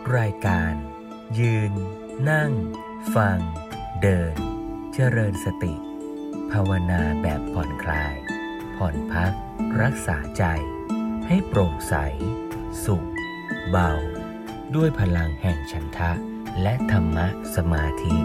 รายการยืนนั่งฟังเดินเจริญสติภาวนาแบบผ่อนคลายผ่อนพักรักษาใจให้โปร่งใสสุขเบาด้วยพลังแห่งฉันทะและธรรมะสมาธิ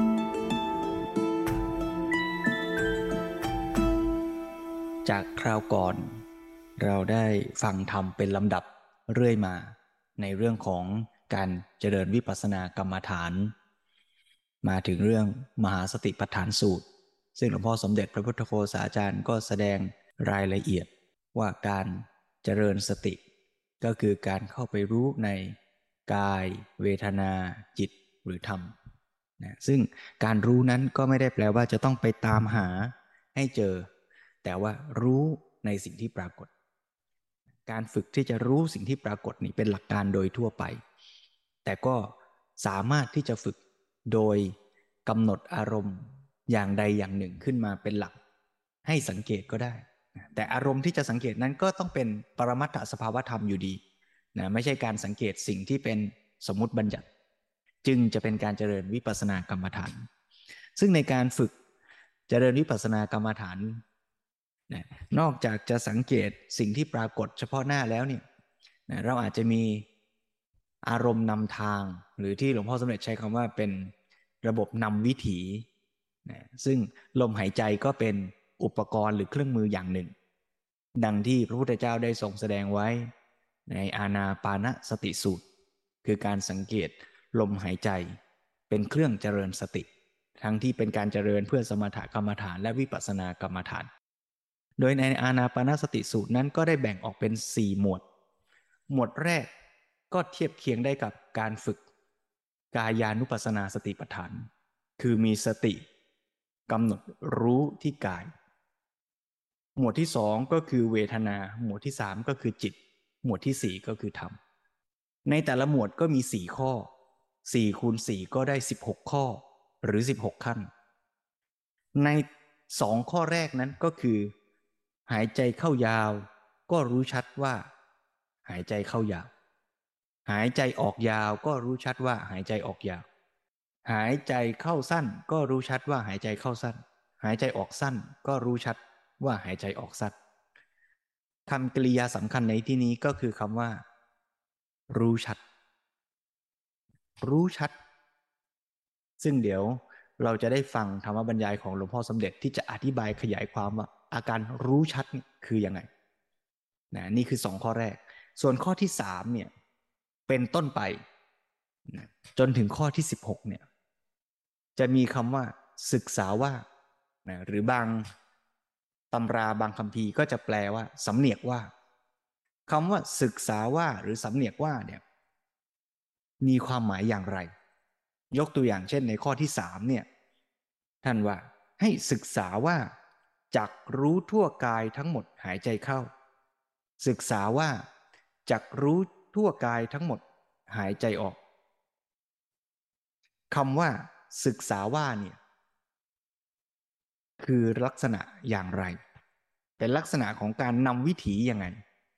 จากคราวก่อนเราได้ฟังธรรมเป็นลำดับเรื่อยมาในเรื่องของการเจริญวิปัสสนากรรมฐานมาถึงเรื่องมหาสติปัฏฐานสูตรซึ่งหลวงพ่อสมเด็จพระพุทธโฆษาจารย์ก็แสดงรายละเอียดว่าการเจริญสติก็คือการเข้าไปรู้ในกายเวทนาจิตหรือธรรมนะซึ่งการรู้นั้นก็ไม่ได้แปลว่าจะต้องไปตามหาให้เจอแต่ว่ารู้ในสิ่งที่ปรากฏการฝึกที่จะรู้สิ่งที่ปรากฏนี่เป็นหลักการโดยทั่วไปแต่ก็สามารถที่จะฝึกโดยกำหนดอารมณ์อย่างใดอย่างหนึ่งขึ้นมาเป็นหลักให้สังเกตก็ได้แต่อารมณ์ที่จะสังเกตนั้นก็ต้องเป็นปรมัตถสภาวธรรมอยู่ดีนะไม่ใช่การสังเกตสิ่งที่เป็นสมมุติบัญญัติจึงจะเป็นการเจริญวิปัสสนากรรมฐานซึ่งในการฝึกเจริญวิปัสสนากรรมฐานนอกจากจะสังเกตสิ่งที่ปรากฏเฉพาะหน้าแล้วเนี่ยเราอาจจะมีอารมณ์นำทางหรือที่หลวงพ่อสมเด็จใช้คำว่าเป็นระบบนำวิถีซึ่งลมหายใจก็เป็นอุปกรณ์หรือเครื่องมืออย่างหนึ่งดังที่พระพุทธเจ้าได้ทรงแสดงไว้ในอานาปานสติสูตรคือการสังเกตลมหายใจเป็นเครื่องเจริญสติทั้งที่เป็นการเจริญเพื่อสมถกรรมฐานและวิปัสสนากรรมฐานโดยในอานาปานสติสูตรนั้นก็ได้แบ่งออกเป็น4หมวดหมวดแรกก็เทียบเคียงได้กับการฝึกกายานุปัสสนาสติปัฏฐานคือมีสติกำหนดรู้ที่กายหมวดที่2ก็คือเวทนาหมวดที่3ก็คือจิตหมวดที่4ก็คือธรรมในแต่ละหมวดก็มี4ข้อ4คูณ4ก็ได้16ข้อหรือ16ขั้นใน2ข้อแรกนั้นก็คือหายใจเข้ายาวก็รู้ชัดว่าหายใจเข้ายาวหายใจออกยาวก็รู้ชัดว่าหายใจออกยาวหายใจเข้าสั้นก็รู้ชัดว่าหายใจเข้าสั้นหายใจออกสั้นก็รู้ชัดว่าหายใจออกสั้นคำกริยาสำคัญในที่นี้ก็คือคำว่ารู้ชัดรู้ชัดซึ่งเดี๋ยวเราจะได้ฟังธรรมบรรยายของหลวงพ่อสมเด็จที่จะอธิบายขยายความว่าอาการรู้ชัดนี่คือยังไงนี่คือ2ข้อแรกส่วนข้อที่3เนี่ยเป็นต้นไปจนถึงข้อที่16เนี่ยจะมีคำว่าศึกษาว่าหรือบางตำราบางคัมภีร์ก็จะแปลว่าสำเนียกว่าคำว่าศึกษาว่าหรือสำเนียกว่าเนี่ยมีความหมายอย่างไรยกตัวอย่างเช่นในข้อที่3เนี่ยท่านว่าให้ศึกษาว่าจักรู้ทั่วกายทั้งหมดหายใจเข้าศึกษาว่าจักรู้ทั่วกายทั้งหมดหายใจออกคำว่าศึกษาว่าเนี่ยคือลักษณะอย่างไรเป็นลักษณะของการนำวิถียังไง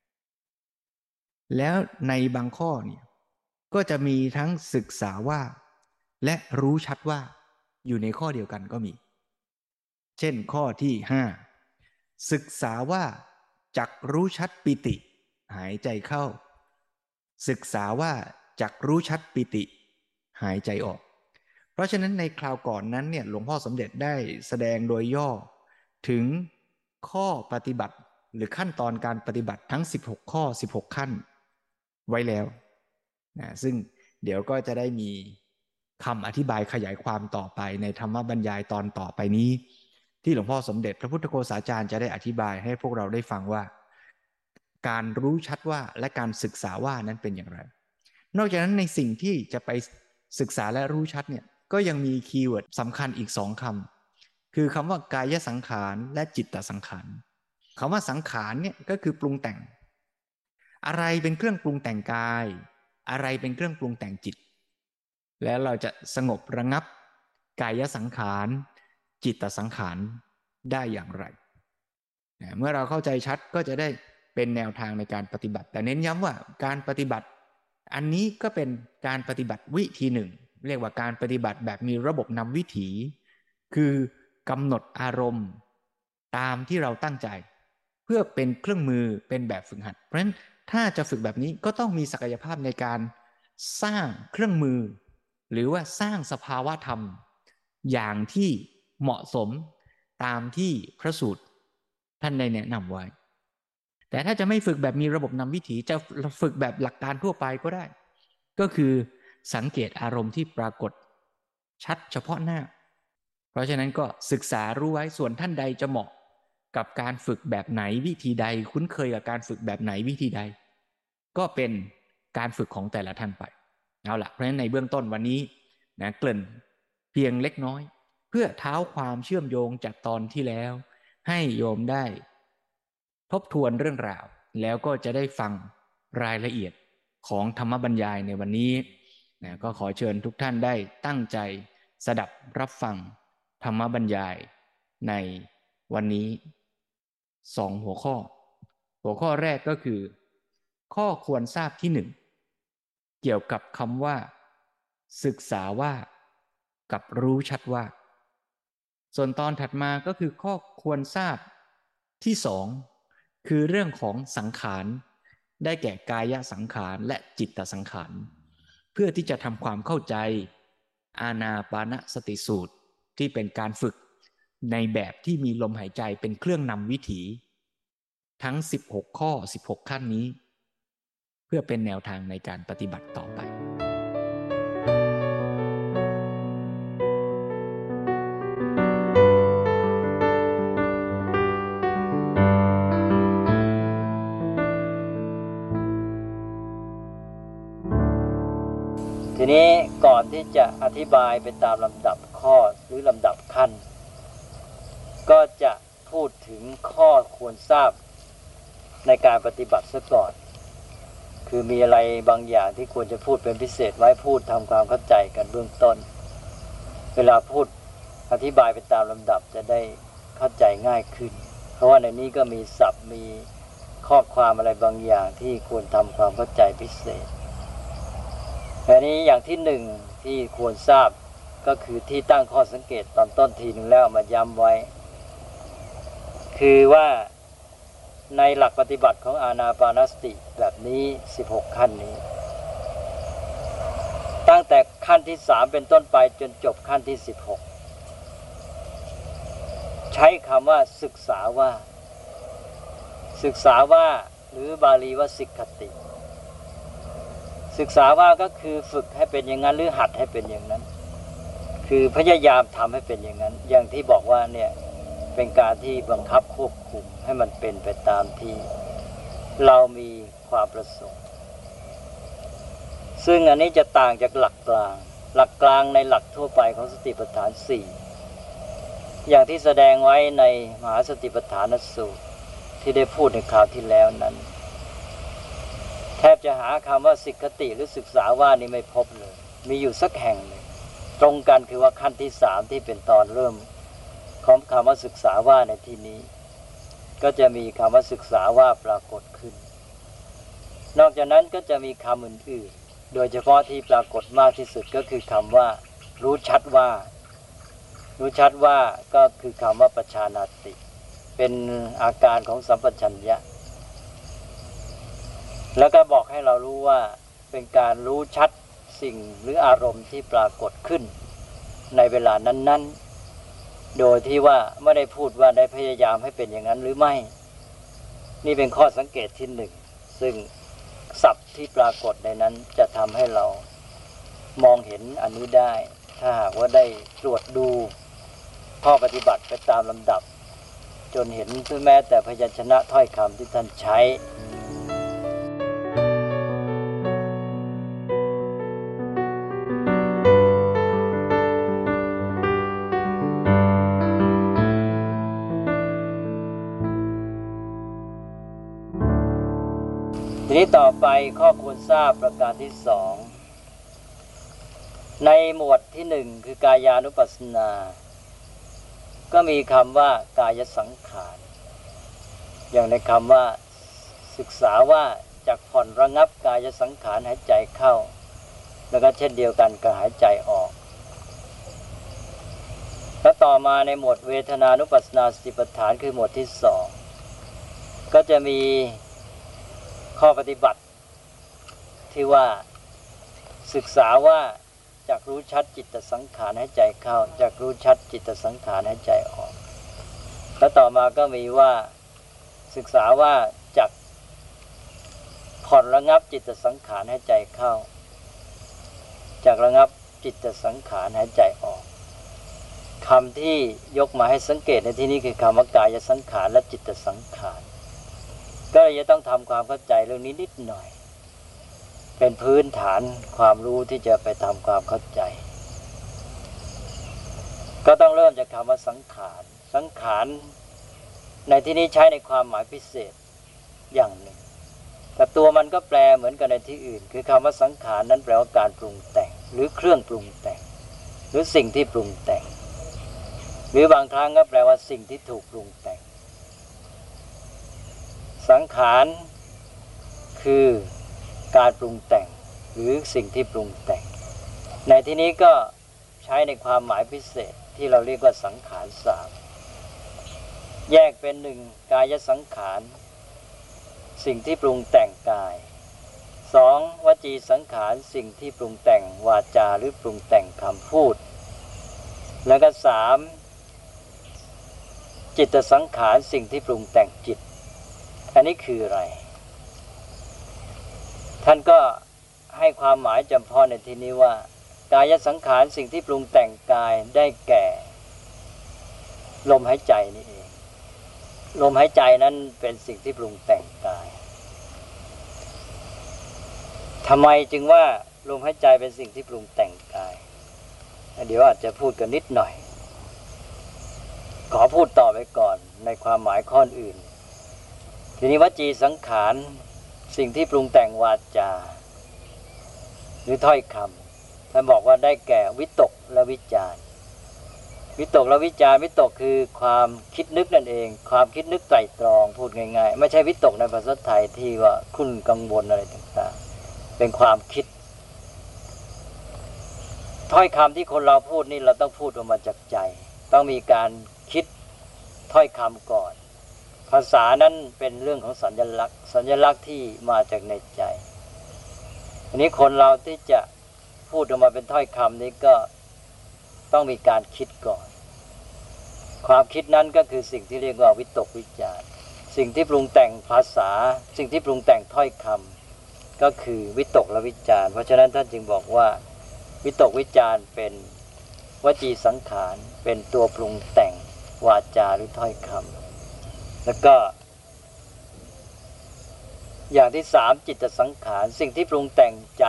แล้วในบางข้อเนี่ยก็จะมีทั้งศึกษาว่าและรู้ชัดว่าอยู่ในข้อเดียวกันก็มีเช่นข้อที่5ศึกษาว่าจักรู้ชัดปิติหายใจเข้าศึกษาว่าจักรู้ชัดปิติหายใจออกเพราะฉะนั้นในคราวก่อนนั้นเนี่ยหลวงพ่อสมเด็จได้แสดงโดยย่อถึงข้อปฏิบัติหรือขั้นตอนการปฏิบัติทั้ง16ข้อ16ขั้นไว้แล้วซึ่งเดี๋ยวก็จะได้มีคำอธิบายขยายความต่อไปในธรรมบรรยายตอนต่อไปนี้ที่หลวงพ่อสมเด็จพระพุทธโฆษาจารย์จะได้อธิบายให้พวกเราได้ฟังว่าการรู้ชัดว่าและการศึกษาว่านั้นเป็นอย่างไรนอกจากนั้นในสิ่งที่จะไปศึกษาและรู้ชัดเนี่ยก็ยังมีคีย์เวิร์ดสำคัญอีก2คำคือคำว่ากายสังขารและจิตตสังขารคำว่าสังขารเนี่ยก็คือปรุงแต่งอะไรเป็นเครื่องปรุงแต่งกายอะไรเป็นเครื่องปรุงแต่งจิตแล้วเราจะสงบระงับกายสังขารจิตตสังขารได้อย่างไรเมื่อเราเข้าใจชัดก็จะได้เป็นแนวทางในการปฏิบัติแต่เน้นย้ำว่าการปฏิบัติอันนี้ก็เป็นการปฏิบัติวิธีหนึ่งเรียกว่าการปฏิบัติแบบมีระบบนำวิถีคือกำหนดอารมณ์ตามที่เราตั้งใจเพื่อเป็นเครื่องมือเป็นแบบฝึกหัดเพราะฉะนั้นถ้าจะฝึกแบบนี้ก็ต้องมีศักยภาพในการสร้างเครื่องมือหรือว่าสร้างสภาวะธรรมอย่างที่เหมาะสมตามที่พระสูตรท่านได้แนะนำไว้แต่ถ้าจะไม่ฝึกแบบมีระบบนำวิถีจะฝึกแบบหลักการทั่วไปก็ได้ก็คือสังเกตอารมณ์ที่ปรากฏชัดเฉพาะหน้าเพราะฉะนั้นก็ศึกษารู้ไว้ส่วนท่านใดจะเหมาะกับการฝึกแบบไหนวิธีใดคุ้นเคยกับการฝึกแบบไหนวิธีใดก็เป็นการฝึกของแต่ละท่านไปเอาล่ะเพราะฉะนั้นในเบื้องต้นวันนี้นะเกริ่นเพียงเล็กน้อยเพื่อเท้าความเชื่อมโยงจากตอนที่แล้วให้โยมได้ทบทวนเรื่องราวแล้วก็จะได้ฟังรายละเอียดของธรรมบรรยายในวันนี้นะก็ขอเชิญทุกท่านได้ตั้งใจสดับรับฟังธรรมบรรยายในวันนี้2 หัวข้อหัวข้อแรกก็คือข้อควรทราบที่1เกี่ยวกับคำว่าศึกษาว่ากับรู้ชัดว่าส่วนตอนถัดมาก็คือข้อควรทราบที่2คือเรื่องของสังขารได้แก่กายสังขารและจิตสังขารเพื่อที่จะทำความเข้าใจอานาปานสติสูตรที่เป็นการฝึกในแบบที่มีลมหายใจเป็นเครื่องนำวิถีทั้ง16ข้อ16ขั้นนี้เพื่อเป็นแนวทางในการปฏิบัติต่อไปทีนี้ก่อนที่จะอธิบายไปตามลำดับข้อหรือลำดับขั้นก็จะพูดถึงข้อควรทราบในการปฏิบัติซะก่อนคือมีอะไรบางอย่างที่ควรจะพูดเป็นพิเศษไว้พูดทำความเข้าใจกันเบื้องต้นเวลาพูดอธิบายไปตามลำดับจะได้เข้าใจง่ายขึ้นเพราะว่าในนี้ก็มีศัพท์มีข้อความอะไรบางอย่างที่ควรทำความเข้าใจพิเศษอันนี้อย่างที่1ที่ควรทราบก็คือที่ตั้งข้อสังเกตตอนต้นทีนึงแล้วมาย้ำไว้คือว่าในหลักปฏิบัติของอานาปานสติแบบนี้16ขั้นนี้ตั้งแต่ขั้นที่3เป็นต้นไปจนจบขั้นที่16ใช้คำว่าศึกษาว่าหรือบาลีว่าสิกขติศึกษาว่าก็คือฝึกให้เป็นอย่างนั้นหรือหัดให้เป็นอย่างนั้นคือพยายามทำให้เป็นอย่างนั้นอย่างที่บอกว่าเนี่ยเป็นการที่บังคับควบคุมให้มันเป็นไปตามที่เรามีความประสงค์ซึ่งอันนี้จะต่างจากหลักกลางในหลักทั่วไปของสติปัฏฐาน4อย่างที่แสดงไว้ในมหาสติปัฏฐานสูตรที่ได้พูดในคราวที่แล้วนั้นแทบจะหาคำว่าสิกขติหรือศึกษาว่านี่ไม่พบเลยมีอยู่สักแห่งหนึ่งตรงกันคือว่าขั้นที่3ที่เป็นตอนเริ่มของคำว่าศึกษาว่าในที่นี้ก็จะมีคำว่าศึกษาว่าปรากฏขึ้นนอกจากนั้นก็จะมีคำอื่นๆโดยเฉพาะที่ปรากฏมากที่สุดก็คือคำว่ารู้ชัดว่าก็คือคำว่าปัจฉานาติเป็นอาการของสัมปชัญญะแล้วก็บอกให้เรารู้ว่าเป็นการรู้ชัดสิ่งหรืออารมณ์ที่ปรากฏขึ้นในเวลานั้นๆโดยที่ว่าไม่ได้พูดว่าได้พยายามให้เป็นอย่างนั้นหรือไม่นี่เป็นข้อสังเกตที่1ซึ่งศัพท์ที่ปรากฏในนั้นจะทำให้เรามองเห็นอันนี้ได้ถ้าหากว่าได้ตรวจดูข้อปฏิบัติไปตามลำดับจนเห็นแม้แต่พยัญชนะถ้อยคำที่ท่านใช้ทีนี้ต่อไปข้อควรทราบประการที่2ในหมวดที่1คือกายานุปัสสนาก็มีคำว่ากายสังขารอย่างในคำว่าศึกษาว่าจากผ่อนระงับกายสังขารหายใจเข้าแล้วก็เช่นเดียวกันกับหายใจออกแล้วต่อมาในหมวดเวทนานุปัสสนาสติปัฏฐานคือหมวดที่สองก็จะมีข้อปฏิบัติที่ว่าศึกษาว่าจักรู้ชัดจิตสังขารหายใจเข้าจักรู้ชัดจิตสังขารหายใจออกแล้วต่อมาก็มีว่าศึกษาว่าจักผ่อนระงับจิตสังขารหายใจเข้าจักระงับจิตสังขารหายใจออกคำที่ยกมาให้สังเกตในที่นี้คือคำว่ากายสังขารและจิตสังขารก็เลยจะต้องทำความเข้าใจเรื่องนี้นิดหน่อยเป็นพื้นฐานความรู้ที่จะไปทำความเข้าใจก็ต้องเริ่มจากคำว่าสังขารสังขารในที่นี้ใช้ในความหมายพิเศษอย่างหนึ่งแต่ตัวมันก็แปลเหมือนกันในที่อื่นคือคำว่าสังขารนั้นแปลว่าการปรุงแต่งหรือเครื่องปรุงแต่งหรือสิ่งที่ปรุงแต่งหรือบางครั้งก็แปลว่าสิ่งที่ถูกปรุงแต่งสังขารคือการปรุงแต่งหรือสิ่งที่ปรุงแต่งในที่นี้ก็ใช้ในความหมายพิเศษที่เราเรียกว่าสังขารสามแยกเป็นหนึ่งกายสังขารสิ่งที่ปรุงแต่งกายสองวจีสังขารสิ่งที่ปรุงแต่งวาจาหรือปรุงแต่งคำพูดแล้วก็สามจิตสังขารสิ่งที่ปรุงแต่งจิตอันนี้คืออะไรท่านก็ให้ความหมายจำเพาะในที่นี้ว่ากายสังขารสิ่งที่ปรุงแต่งกายได้แก่ลมหายใจนี่เองลมหายใจนั้นเป็นสิ่งที่ปรุงแต่งกายทำไมจึงว่าลมหายใจเป็นสิ่งที่ปรุงแต่งกายเดี๋ยวอาจจะพูดกันนิดหน่อยขอพูดต่อไปก่อนในความหมายข้ออื่นทีนี้วจีสังขารสิ่งที่ปรุงแต่งวาจาหรือถ้อยคำท่านบอกว่าได้แก่วิตกและวิจารวิตกและวิจารวิตกคือความคิดนึกนั่นเองความคิดนึกไตร่ตรองพูดง่ายๆไม่ใช่วิตกในภาษาไทยที่ว่าคุ้นกังวลอะไรต่างๆเป็นความคิดถ้อยคำที่คนเราพูดนี่เราต้องพูดออกมาจากใจต้องมีการคิดถ้อยคำก่อนภาษานั้นเป็นเรื่องของสัญลักษณ์ที่มาจากในใจอันนี้คนเราที่จะพูดออกมาเป็นถ้อยคำนี้ก็ต้องมีการคิดก่อนความคิดนั้นก็คือสิ่งที่เรียกว่าวิตกวิจารสิ่งที่ปรุงแต่งภาษาสิ่งที่ปรุงแต่งถ้อยคำก็คือวิตกและวิจารเพราะฉะนั้นท่านจึงบอกว่าวิตกวิจารเป็นวจีสังขารเป็นตัวปรุงแต่งวาจาหรือถ้อยคำแล้วก็อย่างที่สามจิตสังขารสิ่งที่ปรุงแต่งใจ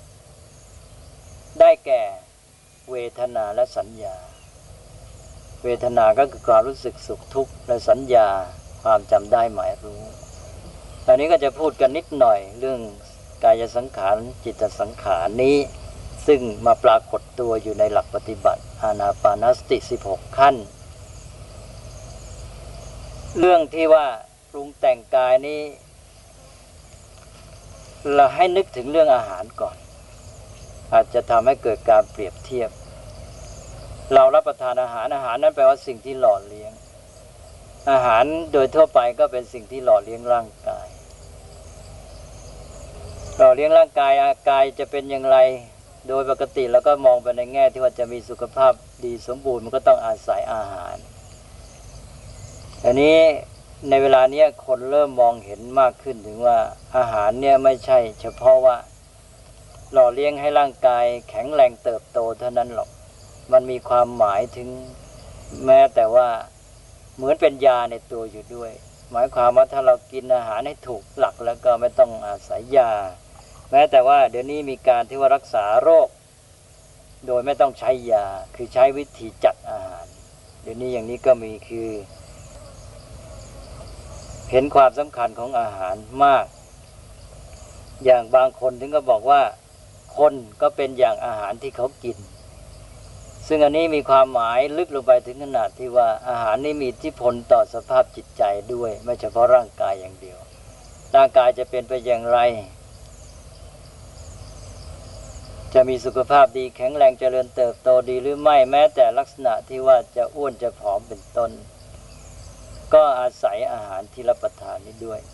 ได้แก่เวทนาและสัญญาเวทนาก็คือความรู้สึกสุขทุกข์และสัญญาความจำได้หมายรู้ตอนนี้ก็จะพูดกันนิดหน่อยเรื่องกายสังขารจิตสังขารนี้ซึ่งมาปรากฏตัวอยู่ในหลักปฏิบัติอานาปานสติ16ขั้นเรื่องที่ว่าปรุงแต่งกายนี้เราให้นึกถึงเรื่องอาหารก่อนอาจจะทำให้เกิดการเปรียบเทียบเรารับประทานอาหารนั้นแปลว่าสิ่งที่หล่อเลี้ยงอาหารโดยทั่วไปก็เป็นสิ่งที่หล่อเลี้ยงร่างกายหล่อเลี้ยงร่างกายกายจะเป็นอย่างไรโดยปกติแล้วก็มองไปในแง่ที่ว่าจะมีสุขภาพดีสมบูรณ์มันก็ต้องอาศัยอาหารอันนี้ในเวลานี้คนเริ่มมองเห็นมากขึ้นถึงว่าอาหารเนี่ยไม่ใช่เฉพาะว่าหล่อเลี้ยงให้ร่างกายแข็งแรงเติบโตเท่านั้นหรอกมันมีความหมายถึงแม้แต่ว่าเหมือนเป็นยาในตัวอยู่ด้วยหมายความว่าถ้าเรากินอาหารให้ถูกหลักแล้วก็ไม่ต้องอาศัยยาแม้แต่ว่าเดี๋ยวนี้มีการที่ว่ารักษาโรคโดยไม่ต้องใช้ยาคือใช้วิธีจัดอาหารเดี๋ยวนี้อย่างนี้ก็มีคือเห็นความสำคัญของอาหารมากอย่างบางคนถึงก็บอกว่าคนก็เป็นอย่างอาหารที่เขากินซึ่งอันนี้มีความหมายลึกลงไปถึงขนาดที่ว่าอาหารนี่มีอิทธิพลต่อสภาพจิตใจด้วยไม่เฉพาะร่างกายอย่างเดียวร่างกายจะเป็นไปอย่างไรจะมีสุขภาพดีแข็งแรงเจริญเติบโตดีหรือไม่แม้แต่ลักษณะที่ว่าจะอ้วนจะผอมเป็นต้นก็อาศัยอาหารที่รับประทานนี้ด้วย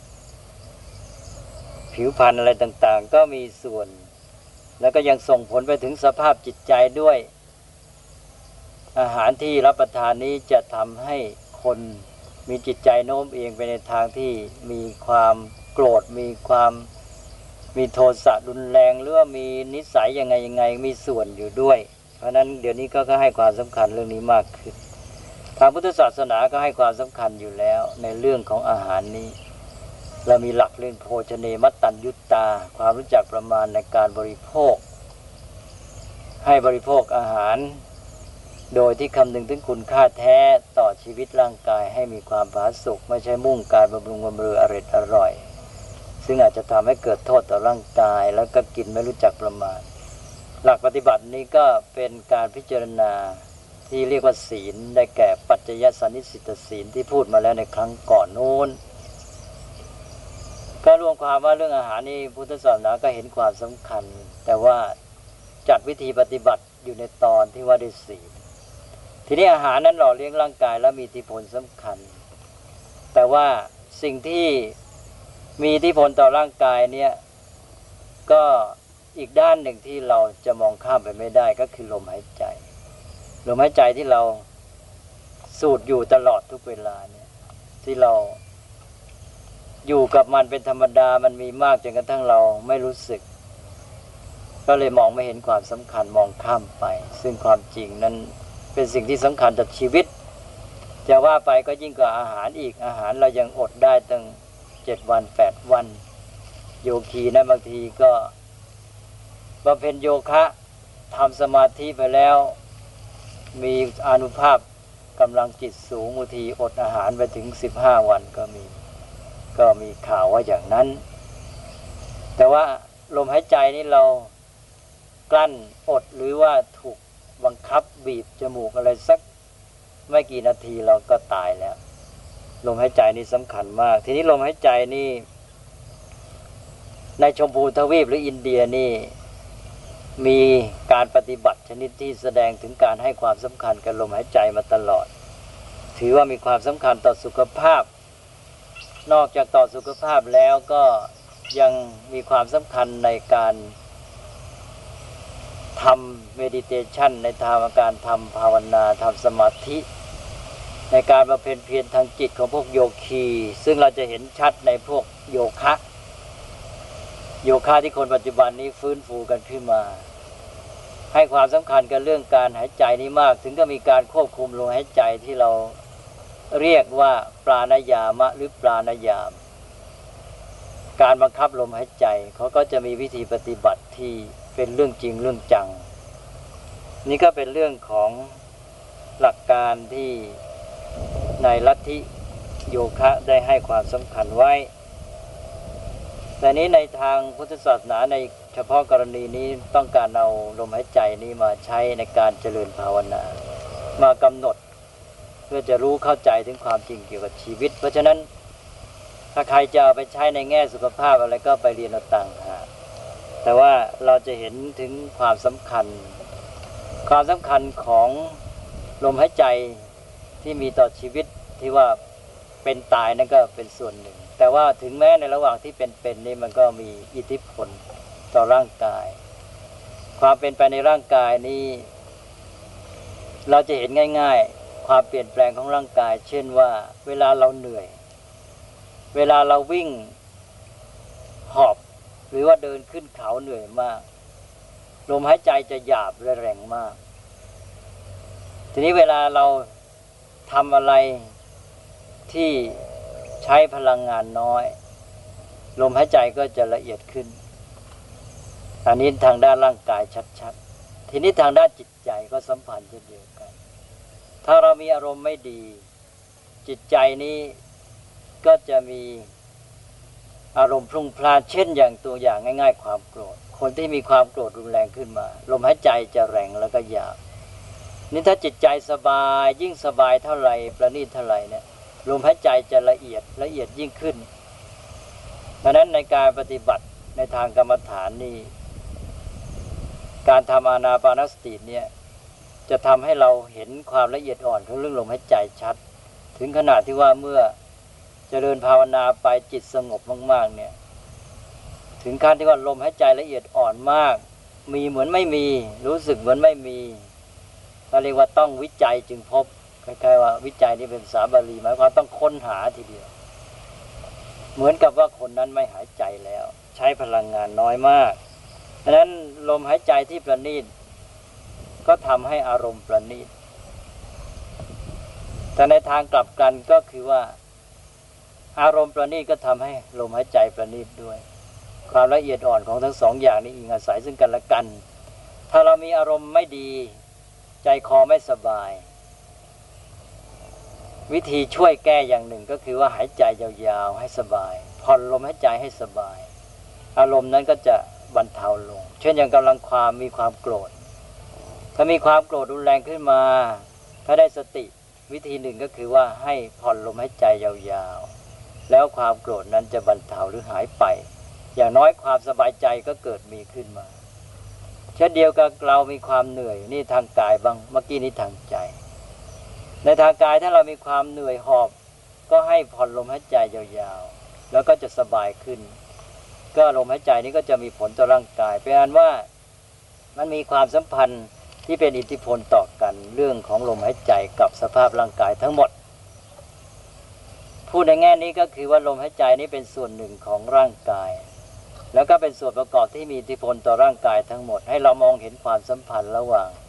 ผิวพรรณอะไรต่างๆก็มีส่วนแล้วก็ยังส่งผลไปถึงสภาพจิตใจด้วยอาหารที่รับประทานนี้จะทำให้คนมีจิตใจโน้มเอียงไปในทางที่มีความโกรธมีโทสะรุนแรงหรือว่ามีนิสัยยังไงมีส่วนอยู่ด้วยเพราะนั้นเดี๋ยวนี้ก็ให้ความสำคัญเรื่องนี้มากขึ้นทางพุทธศาสนาก็ให้ความสำคัญอยู่แล้วในเรื่องของอาหารนี้เรามีหลักเรื่องโภชเนมัตตัญญุตตาความรู้จักประมาณในการบริโภคให้บริโภคอาหารโดยที่คำนึงถึงคุณค่าแท้ต่อชีวิตร่างกายให้มีความผาสุกไม่ใช่มุ่งการบำรุงบำเรออร่อยซึ่งอาจจะทำให้เกิดโทษต่อร่างกายแล้วก็กินไม่รู้จักประมาณหลักปฏิบัตินี้ก็เป็นการพิจารณาที่เรียกว่าศีลได้แก่ปัจจยสันนิสิตศีลที่พูดมาแล้วในครั้งก่อนโน้นก็รวมความว่าเรื่องอาหารนี่พุทธศาสนาก็เห็นความสำคัญแต่ว่าจัดวิธีปฏิบัติอยู่ในตอนที่ว่าด้วยศีลทีนี้อาหารนั้นหล่อเลี้ยงร่างกายและมีอิทธิพลสำคัญแต่ว่าสิ่งที่มีอิทธิพลต่อร่างกายเนี่ยก็อีกด้านหนึ่งที่เราจะมองข้ามไปไม่ได้ก็คือลมหายใจลมหายใจที่เราสูดอยู่ตลอดทุกเวลาเนี่ยที่เราอยู่กับมันเป็นธรรมดามันมีมากจนกระทั่งเราไม่รู้สึกก็เลยมองไม่เห็นความสำคัญมองข้ามไปซึ่งความจริงนั้นเป็นสิ่งที่สำคัญต่อชีวิตจะว่าไปก็ยิ่งกว่าอาหารอีกอาหารเรายังอดได้ตั้ง7 วัน8 วันโยคีนะบางทีก็บำเพ็ญโยคะทำสมาธิไปแล้วมีอานุภาพกำลังจิตสูงบางทีอดอาหารไปถึง15 วันก็มีข่าวว่าอย่างนั้นแต่ว่าลมหายใจนี่เรากลั้นอดหรือว่าถูกบังคับบีบจมูกอะไรสักไม่กี่นาทีเราก็ตายแล้วลมหายใจนี่สำคัญมากทีนี้ลมหายใจนี่ในชมพูทวีปหรืออินเดียนี่มีการปฏิบัติชนิดที่แสดงถึงการให้ความสำคัญกับลมหายใจมาตลอดถือว่ามีความสำคัญต่อสุขภาพนอกจากต่อสุขภาพแล้วก็ยังมีความสำคัญในการทำเมดิเทชันในทางการทำภาวนาทำสมาธิในการบำเพ็ญเพียรทางจิตของพวกโยคีซึ่งเราจะเห็นชัดในพวกโยคะที่คนปัจจุบันนี้ฟื้นฟูกันขึ้นมาให้ความสำคัญกับเรื่องการหายใจนี้มากถึงก็มีการควบคุมลมหายใจที่เราเรียกว่าปราณายามะหรือปราณายามการบังคับลมหายใจเขาก็จะมีวิธีปฏิบัติที่เป็นเรื่องจริงเรื่องจังนี่ก็เป็นเรื่องของหลักการที่ในลัทธิโยคะได้ให้ความสำคัญไว้แต่นี้ในทางพุทธศาสนาในเฉพาะกรณีนี้ต้องการเอาลมหายใจนี้มาใช้ในการเจริญภาวนามากำหนดเพื่อจะรู้เข้าใจถึงความจริงเกี่ยวกับชีวิตเพราะฉะนั้นถ้าใครจะเอาไปใช้ในแง่สุขภาพอะไรก็ไปเรียนเอาต่างหากแต่ว่าเราจะเห็นถึงความสำคัญของลมหายใจที่มีต่อชีวิตที่ว่าเป็นตายนั่นก็เป็นส่วนหนึ่งแต่ว่าถึงแม้ในระหว่างที่เป็นนี่มันก็มีอิทธิพลต่อร่างกายความเป็นไปในร่างกายนี้เราจะเห็นง่ายๆความเปลี่ยนแปลงของร่างกายเช่นว่าเวลาเราเหนื่อยเวลาเราวิ่งหอบหรือว่าเดินขึ้นเขาเหนื่อยมากลมหายใจจะหยาบและแรงมากทีนี้เวลาเราทำอะไรที่ใช้พลังงานน้อยลมหายใจก็จะละเอียดขึ้นอันนี้ทางด้านร่างกายชัดๆทีนี้ทางด้านจิตใจก็สัมพันธ์เช่นเดียวกันถ้าเรามีอารมณ์ไม่ดีจิตใจนี้ก็จะมีอารมณ์พลุ่งพล่านเช่นอย่างตัวอย่างง่ายๆความโกรธคนที่มีความโกรธรุนแรงขึ้นมาลมหายใจจะแรงแล้วก็หยาบนี่ถ้าจิตใจสบายยิ่งสบายเท่าไหร่ประณีตเท่าไหร่เนี่ยลมหายใจจะละเอียดยิ่งขึ้นดังนั้นในการปฏิบัติในทางกรรมฐานนี่การทำอานาปานสติเนี่ยจะทำให้เราเห็นความละเอียดอ่อนของเรื่องลมหายใจชัดถึงขนาดที่ว่าเมื่อเจริญภาวนาไปจิตสงบมากๆเนี่ยถึงขั้นที่ว่าลมหายใจละเอียดอ่อนมากมีเหมือนไม่มีรู้สึกเหมือนไม่มีเราเรียกว่าต้องวิจัยจึงพบคล้ายๆว่าวิจัยนี่เป็นภาษาบาลีหมายความต้องค้นหาทีเดียวเหมือนกับว่าคนนั้นไม่หายใจแล้วใช้พลังงานน้อยมากดังนั้นลมหายใจที่ประณีตก็ทำให้อารมณ์ประณีตแต่ในทางกลับกันก็คือว่าอารมณ์ประณีตก็ทำให้ลมหายใจประณีตด้วยความละเอียดอ่อนของทั้งสองอย่างนี้อิงอาศัยซึ่งกันและกันถ้าเรามีอารมณ์ไม่ดีใจคอไม่สบายวิธีช่วยแก้อย่างหนึ่งก็คือว่าหายใจยาวๆให้สบายผ่อนลมหายใจให้สบายอารมณ์นั้นก็จะบรรเทาลงเช่นอย่างกำลังมีความโกรธถ้ามีความโกรธรุนแรงขึ้นมาถ้าได้สติวิธีหนึ่งก็คือว่าให้ผ่อนลมหายใจยาวๆแล้วความโกรธนั้นจะบรรเทาหรือหายไปอย่างน้อยความสบายใจก็เกิดมีขึ้นมาเช่นเดียวกับเรามีความเหนื่อยนี่ทางกายบ้างเมื่อกี้นี้ทางใจในทางกายถ้าเรามีความเหนื่อยหอบก็ให้ผ่อนลมหายใจยาวๆแล้วก็จะสบายขึ้นก็ลมหายใจนี้ก็จะมีผลต่อร่างกายเป็นอันว่ามันมีความสัมพันธ์ที่เป็นอิทธิพลต่อกันเรื่องของลมหายใจกับสภาพร่างกายทั้งหมดพูดในแง่นี้ก็คือว่าลมหายใจนี้เป็นส่วนหนึ่งของร่างกายแล้วก็เป็นส่วนประกอบที่มีอิทธิพลต่อร่างกายทั้งหมดให้เรามองเห็นความสัมพันธ์ระหว่าง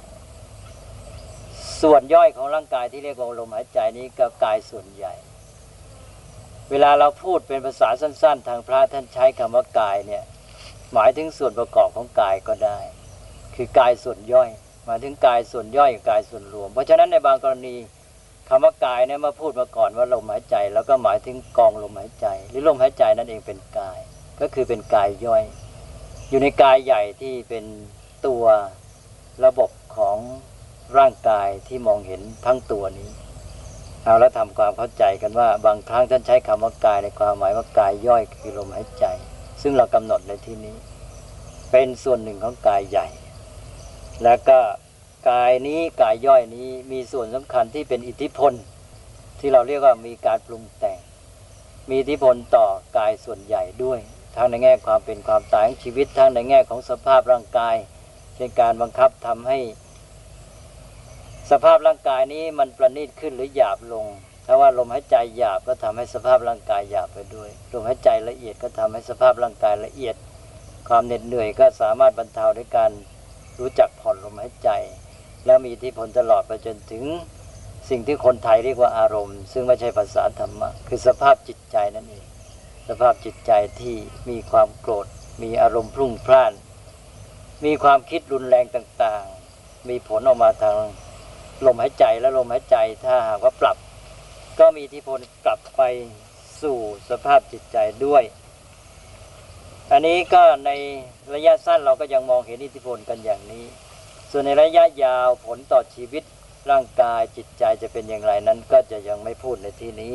ส่วนย่อยของร่างกายที่เรียกว่าลมหายใจนี้กับกายส่วนใหญ่เวลาเราพูดเป็นภาษาสั้นๆทางพระท่านใช้คำว่ากายเนี่ยหมายถึงส่วนประกอบของกายก็ได้คือกายส่วนย่อยหมายถึงกายส่วนย่อยกับกายส่วนรวมเพราะฉะนั้นในบางกรณีคำว่ากายเนี่ยมาพูดมาก่อนว่าลมหายใจแล้วก็หมายถึงกองลมหายใจหรือลมหายใจนั่นเองเป็นกายก็คือเป็นกายย่อยอยู่ในกายใหญ่ที่เป็นตัวระบบของร่างกายที่มองเห็นทั้งตัวนี้เอาแล้วทำความเข้าใจกันว่าบางครั้งท่านใช้คำว่ากายในความหมายว่ากายย่อยคือลมหายใจซึ่งเรากำหนดในที่นี้เป็นส่วนหนึ่งของกายใหญ่แล้วก็กายนี้กายย่อยนี้มีส่วนสำคัญที่เป็นอิทธิพลที่เราเรียกว่ามีการปรุงแต่งมีอิทธิพลต่อกายส่วนใหญ่ด้วยทั้งในแง่ความเป็นความตายของชีวิตทั้งในแง่ของสภาพร่างกายเช่นการบังคับทำให้สภาพร่างกายนี้มันประณีตขึ้นหรือหยาบลงถ้าว่าลมหายใจหยาบก็ทำให้สภาพร่างกายหยาบไปด้วยลมหายใจละเอียดก็ทำให้สภาพร่างกายละเอียดความเหน็ดเหนื่อยก็สามารถบรรเทาด้วยการรู้จักผ่อนลมหายใจแล้วมีอิทธิพลตลอดไปจนถึงสิ่งที่คนไทยเรียกว่าอารมณ์ซึ่งไม่ใช่ภาษาธรรมะคือสภาพจิตใจนั่นเองสภาพจิตใจที่มีความโกรธมีอารมณ์พลุ่งพล่านมีความคิดรุนแรงต่างๆมีผลออกมาทางลมหายใจและลมหายใจถ้าหากว่าปรับก็มีอิทธิพลกลับไปสู่สภาพจิตใจด้วยอันนี้ก็ในระยะสั้นเราก็ยังมองเห็นอิทธิพลกันอย่างนี้ส่วนในระยะยาวผลต่อชีวิตร่างกายจิตใจจะเป็นอย่างไรนั้นก็จะยังไม่พูดในที่นี้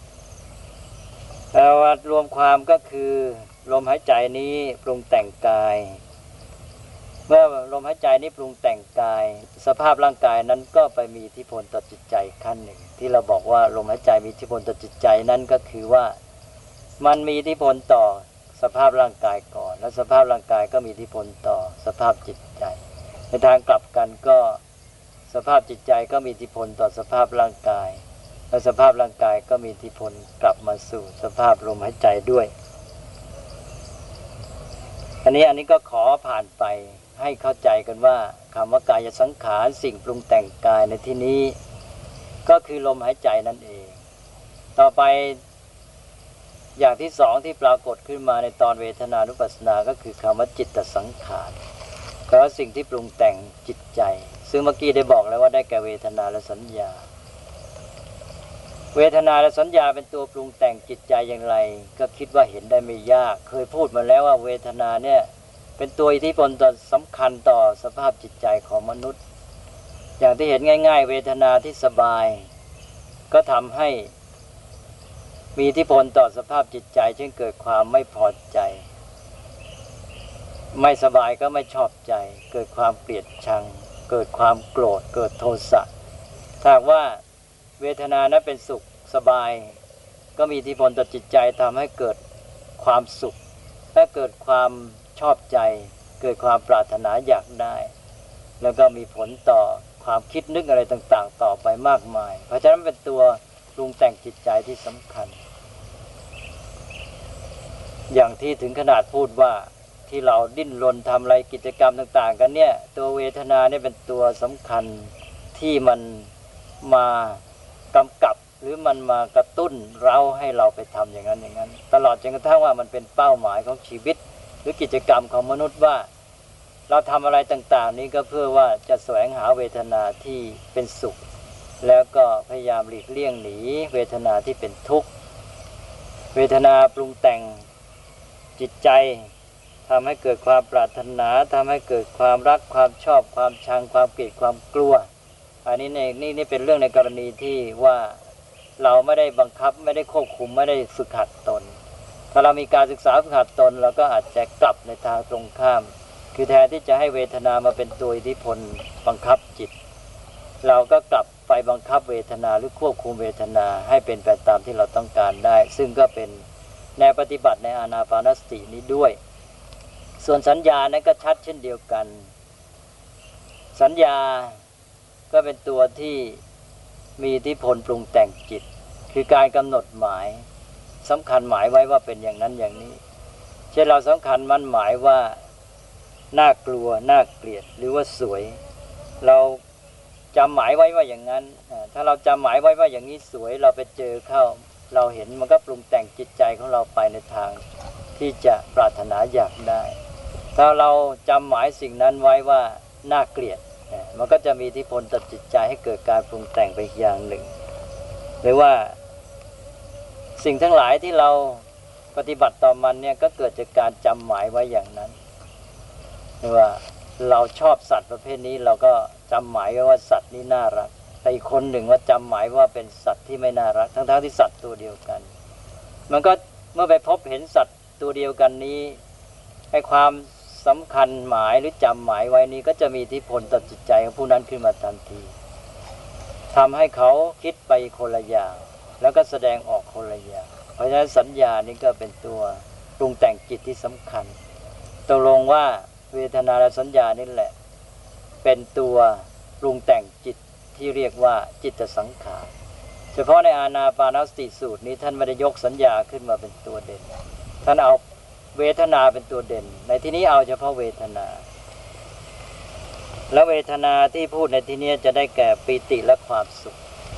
แต่ว่ารวมความก็คือลมหายใจนี้ปรุงแต่งกายเมื่อลมหายใจนี้ปรุงแต่งกายสภาพร่างกายนั้นก็ไปมีอิทธิพลต่อจิตใจขั้นหนึ่งที่เราบอกว่าลมหายใจมีอิทธิพลต่อจิตใจนั้นก็คือว่ามันมีอิทธิพลต่อสภาพร่างกายก่อนแล้วสภาพร่างกายก็มีอิทธิพลต่อสภาพจิตใจในทางกลับกันก็สภาพจิตใจก็มีอิทธิพลต่อสภาพร่างกายและสภาพร่างกายก็มีอิทธิพลกลับมาสู่สภาพลมหายใจด้วยอันนี้ก็ขอผ่านไปให้เข้าใจกันว่าคำว่ากายสังขารสิ่งปรุงแต่งกายในที่นี้ก็คือลมหายใจนั่นเองต่อไปอย่างที่สองที่ปรากฏขึ้นมาในตอนเวทนานุปัสสนาก็คือคำว่าจิตตสังขารก็สิ่งที่ปรุงแต่งจิตใจซึ่งเมื่อกี้ได้บอกแล้วว่าได้แก่เวทนาและสัญญาเวทนาและสัญญาเป็นตัวปรุงแต่งจิตใจอย่างไรก็คิดว่าเห็นได้ไม่ยากเคยพูดมาแล้วว่าเวทนาเนี่ยเป็นตัวอิทธิพลต่อสำคัญต่อสภาพจิตใจของมนุษย์อย่างที่เห็นง่ายๆเวทนาที่สบายก็ทำให้มมีอิทธิพลต่อสภาพจิตใจเช่นเกิดความไม่พอใจไม่สบายก็ไม่ชอบใจเกิดความเกลียดชังเกิดความโกรธเกิดโทสะถ้าว่าเวทนานั้นเป็นสุขสบายก็มีอิทธิพลต่อจิตใจทำให้เกิดความสุขและเกิดความชอบใจเกิดความปรารถนาอยากได้แล้วก็มีผลต่อความคิดนึกอะไรต่างๆต่อไปมากมายเพราะฉะนั้นเป็นตัวปรุงแต่งจิตใจที่สำคัญอย่างที่ถึงขนาดพูดว่าที่เราดิ้นรนทำอะไรกิจกรรมต่างๆกันเนี่ยตัวเวทนาเนี่ยเป็นตัวสำคัญที่มันมากำกับหรือมันมากระตุ้นเราให้เราไปทำอย่างนั้นอย่างนั้นตลอดจนกระทั่งว่ามันเป็นเป้าหมายของชีวิตหรือกิจกรรมของมนุษย์ว่าเราทำอะไรต่างๆนี้ก็เพื่อว่าจะแสวงหาเวทนาที่เป็นสุขแล้วก็พยายามหลีกเลี่ยงหนีเวทนาที่เป็นทุกข์เวทนาปรุงแต่งจิตใจทำให้เกิดความปรารถนาทำให้เกิดความรักความชอบความชังความเกลียดความกลัวอันนี้นี่เป็นเรื่องในกรณีที่ว่าเราไม่ได้บังคับไม่ได้ควบคุมไม่ได้ฝึกหัดตนถ้าเรามีการศึกษาฝึกหัดตนเราก็อาจจะกลับในทางตรงข้ามคือแทนที่จะให้เวทนามาเป็นตัวอิทธิพลบังคับจิตเราก็กลับไปบังคับเวทนาหรือควบคุมเวทนาให้เป็นไปตามที่เราต้องการได้ซึ่งก็เป็นแนวปฏิบัติในอานาปานสตินี้ด้วยส่วนสัญญานั้นก็ชัดเช่นเดียวกันสัญญาก็เป็นตัวที่มีอิทธิพลปรุงแต่งจิตคือการกำหนดหมายสำคัญหมายไว้ว่าเป็นอย่างนั้นอย่างนี้เช่นเราสำคัญมั่นหมายว่าน่ากลัวน่าเกลียดหรือว่าสวยเราจำหมายไว้ว่าอย่างนั้นถ้าเราจำหมายไว้ว่าอย่างนี้สวยเราไปเจอเข้าเราเห็นมันก็ปรุงแต่งจิตใจของเราไปในทางที่จะปรารถนาอยากได้ถ้าเราจำหมายสิ่งนั้นไว้ว่าน่าเกลียดมันก็จะมีอิทธิพลต่อจิตใจให้เกิดการปรุงแต่งไปอย่างหนึ่งหรือว่าสิ่งทั้งหลายที่เราปฏิบัติต่อมันเนี่ยก็เกิดจากการจำหมายไว้อย่างนั้นหรือว่าเราชอบสัตว์ประเภทนี้เราก็จำหมายไว้ว่าสัตว์นี้น่ารักแต่อีกคนหนึ่งว่าจำหมายว่าเป็นสัตว์ที่ไม่น่ารักทั้งที่สัตว์ตัวเดียวกันมันก็เมื่อไปพบเห็นสัตว์ตัวเดียวกันนี้ให้ความสำคัญหมายหรือจำหมายไว้นี้ก็จะมีอิทธิพลต่อจิตใจของผู้นั้นขึ้นมาทันทีทำให้เขาคิดไปคนละอย่างแล้วก็แสดงออกคนละอย่างเพราะฉะนั้นสัญญานี้ก็เป็นตัวปรุงแต่งจิตที่สำคัญตกลงว่าเวทนาและสัญญานี่แหละเป็นตัวปรุงแต่งจิตที่เรียกว่าจิตสังขารเฉพาะในอานาปานสติสูตรนี้ท่านไม่ได้ยกสัญญาขึ้นมาเป็นตัวเด่นท่านเอาเวทนาเป็นตัวเด่นในที่นี้เอาเฉพาะเวทนาและเวทนาที่พูดในที่นี้จะได้แก่ปีติและความสุข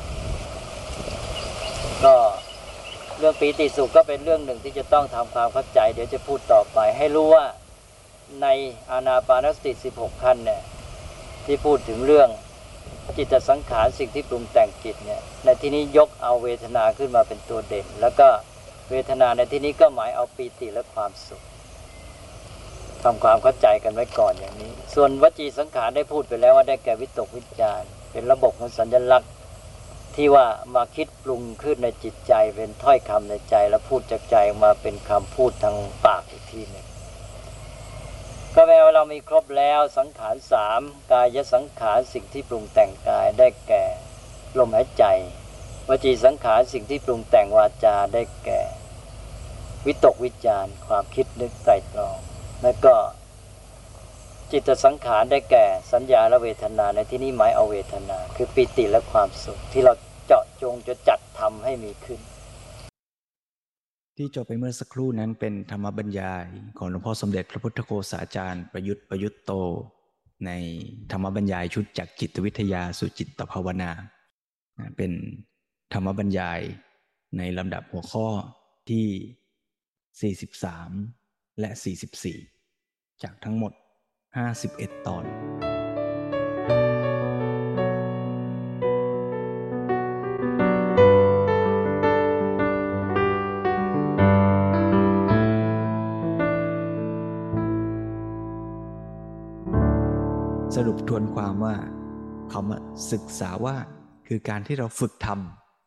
ก็เรื่องปีติสุขก็เป็นเรื่องหนึ่งที่จะต้องทำความเข้าใจเดี๋ยวจะพูดต่อไปให้รู้ว่าในอานาปานสติ16ขั้นเนี่ยที่พูดถึงเรื่องจิตสังขารสิ่งที่ปรุงแต่งจิตเนี่ยในที่นี้ยกเอาเวทนาขึ้นมาเป็นตัวเด่นแล้วก็เวทนาในที่นี้ก็หมายเอาปีติและความสุขทำความเข้าใจกันไว้ก่อนอย่างนี้ส่วนวจีสังขารได้พูดไปแล้วว่าได้แก่วิตกวิจารเป็นระบบของสัญลักษณ์ที่ว่ามาคิดปรุงขึ้นในจิตใจเป็นถ้อยคำในใจแล้วพูดจากใจออกมาเป็นคำพูดทางปากอีกทีหนึ่งก็แปลว่าเรามีครบแล้วสังขาร3กายสังขารสิ่งที่ปรุงแต่งกายได้แก่ลมหายใจวจีสังขารสิ่งที่ปรุงแต่งวาจาได้แก่วิตกวิจารความคิดนึกไตร่ตรองแล้วก็จิตสังขารได้แก่สัญญาและเวทนาในที่นี้หมายเอาเวทนาคือปิติและความสุขที่เราเจาะจงจะจัดทำให้มีขึ้นที่จบไปเมื่อสักครู่นั้นเป็นธรรมบรรยายของหลวงพ่อสมเด็จพระพุทธโฆษาจารย์ประยุทธ์โตในธรรมบรรยายชุดจากจิตวิทยาสู่จิตภาวนาเป็นธรรมบรรยายในลำดับหัวข้อที่43และ44จากทั้งหมด51ตอนสรุปทวนความว่าคำว่าศึกษาว่าคือการที่เราฝึกท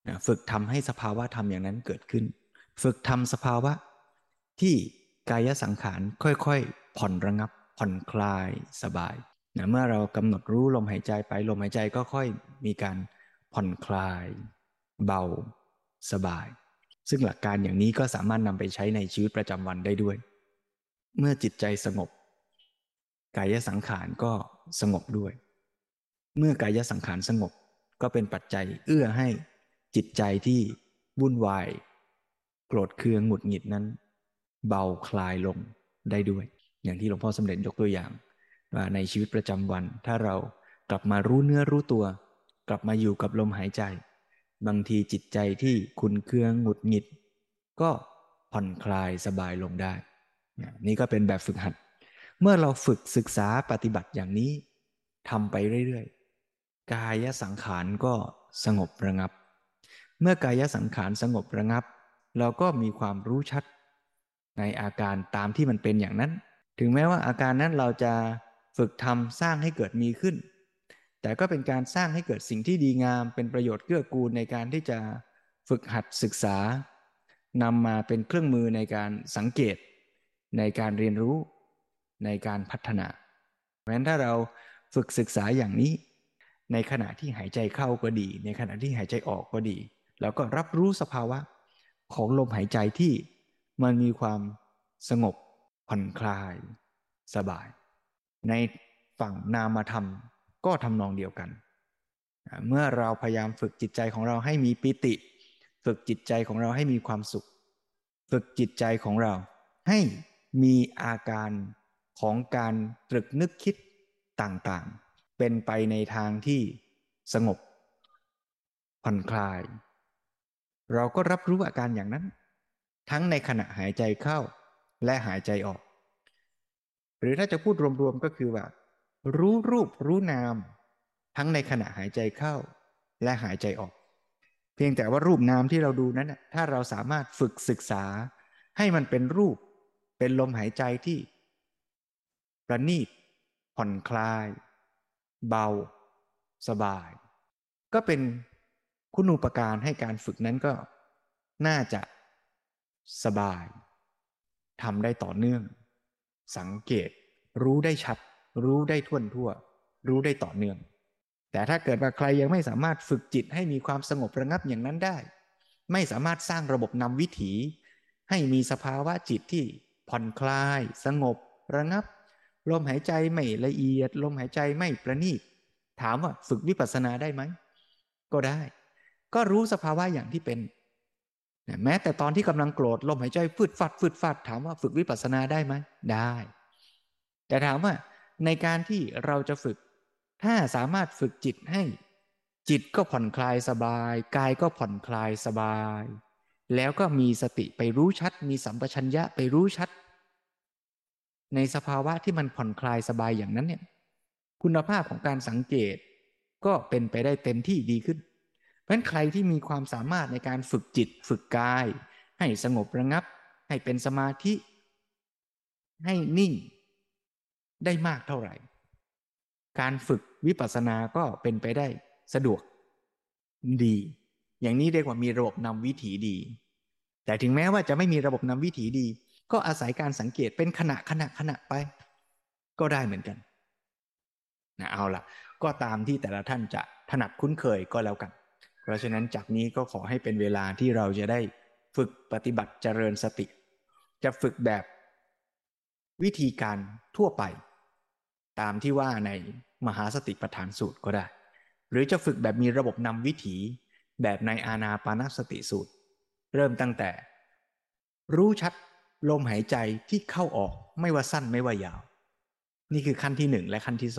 ฝึกทำให้สภาวะธรรมอย่างนั้นเกิดขึ้นฝึกทำสภาวะที่กายสังขารค่อยๆผ่อนระงับผ่อนคลายสบายเมื่อเรากำหนดรู้ลมหายใจไปลมหายใจก็ค่อยมีการผ่อนคลายเบาสบายซึ่งหลักการอย่างนี้ก็สามารถนำไปใช้ในชีวิตประจำวันได้ด้วยเมื่อจิตใจสงบกายสังขารก็สงบด้วยเมื่อกายสังขารสงบก็เป็นปัจจัยเอื้อให้จิตใจที่วุ่นวายโกรธเคืองหงุดหงิดนั้นเบาคลายลงได้ด้วยอย่างที่หลวงพ่อสมเด็จยกตัวอย่างว่าในชีวิตประจำวันถ้าเรากลับมารู้เนื้อรู้ตัวกลับมาอยู่กับลมหายใจบางทีจิตใจที่ขุ่นเคืองหงุดหงิดก็ผ่อนคลายสบายลงได้นี่ก็เป็นแบบฝึกหัดเมื่อเราฝึกศึกษาปฏิบัติอย่างนี้ทำไปเรื่อยๆกายสังขารก็สงบระงับเมื่อกายสังขารสงบระงับเราก็มีความรู้ชัดในอาการตามที่มันเป็นอย่างนั้นถึงแม้ว่าอาการนั้นเราจะฝึกทำสร้างให้เกิดมีขึ้นแต่ก็เป็นการสร้างให้เกิดสิ่งที่ดีงามเป็นประโยชน์เกื้อกูลในการที่จะฝึกหัดศึกษานำมาเป็นเครื่องมือในการสังเกตในการเรียนรู้ในการพัฒนาเพราะฉะนั้นถ้าเราฝึกศึกษาอย่างนี้ในขณะที่หายใจเข้าก็ดีในขณะที่หายใจออกก็ดีแล้วก็รับรู้สภาวะของลมหายใจที่มันมีความสงบผ่อนคลายสบายในฝั่งนามธรรมก็ทำนองเดียวกันเมื่อเราพยายามฝึกจิตใจของเราให้มีปิติฝึกจิตใจของเราให้มีความสุขฝึกจิตใจของเราให้มีอาการของการตรึกนึกคิดต่างๆเป็นไปในทางที่สงบผ่อนคลายเราก็รับรู้อาการอย่างนั้นทั้งในขณะหายใจเข้าและหายใจออกหรือถ้าจะพูดรวมๆก็คือว่ารู้รูปรู้นามทั้งในขณะหายใจเข้าและหายใจออกเพียงแต่ว่ารูปนามที่เราดูนั้นถ้าเราสามารถฝึกศึกษาให้มันเป็นรูปเป็นลมหายใจที่ประณีตผ่อนคลายเบาสบายก็เป็นคุณูปการให้การฝึกนั้นก็น่าจะสบายทำได้ต่อเนื่องสังเกตรู้ได้ชัดรู้ได้ท่วนทั่วรู้ได้ต่อเนื่องแต่ถ้าเกิดว่าใครยังไม่สามารถฝึกจิตให้มีความสงบระงับอย่างนั้นได้ไม่สามารถสร้างระบบนำวิถีให้มีสภาวะจิตที่ผ่อนคลายสงบระงับลมหายใจไม่ละเอียดลมหายใจไม่ประณีตถามว่าฝึกวิปัสสนาได้ไหมก็ได้ก็รู้สภาวะอย่างที่เป็นแม้แต่ตอนที่กำลังโกรธลมหายใจฟืดฟัดฟืดฟัดถามว่าฝึกวิปัสสนาได้ไหมได้แต่ถามว่าในการที่เราจะฝึกถ้าสามารถฝึกจิตให้จิตก็ผ่อนคลายสบายกายก็ผ่อนคลายสบายแล้วก็มีสติไปรู้ชัดมีสัมปชัญญะไปรู้ชัดในสภาวะที่มันผ่อนคลายสบายอย่างนั้นเนี่ยคุณภาพของการสังเกตก็เป็นไปได้เต็มที่ดีขึ้นเพราะฉะนั้นใครที่มีความสามารถในการฝึกจิตฝึกกายให้สงบระงับให้เป็นสมาธิให้นิ่งได้มากเท่าไหร่การฝึกวิปัสสนาก็เป็นไปได้สะดวกดีอย่างนี้เรียกว่ามีระบบนำวิถีดีแต่ถึงแม้ว่าจะไม่มีระบบนำวิถีดีก็อาศัยการสังเกตเป็นขณะไปก็ได้เหมือนกันนะเอาล่ะก็ตามที่แต่ละท่านจะถนัดคุ้นเคยก็แล้วกันเพราะฉะนั้นจากนี้ก็ขอให้เป็นเวลาที่เราจะได้ฝึกปฏิบัติเจริญสติจะฝึกแบบวิธีการทั่วไปตามที่ว่าในมหาสติปัฏฐานสูตรก็ได้หรือจะฝึกแบบมีระบบนำวิถีแบบในอานาปานสติสูตรเริ่มตั้งแต่รู้ชัดลมหายใจที่เข้าออกไม่ว่าสั้นไม่ว่ายาวนี่คือขั้นที่1และขั้นที่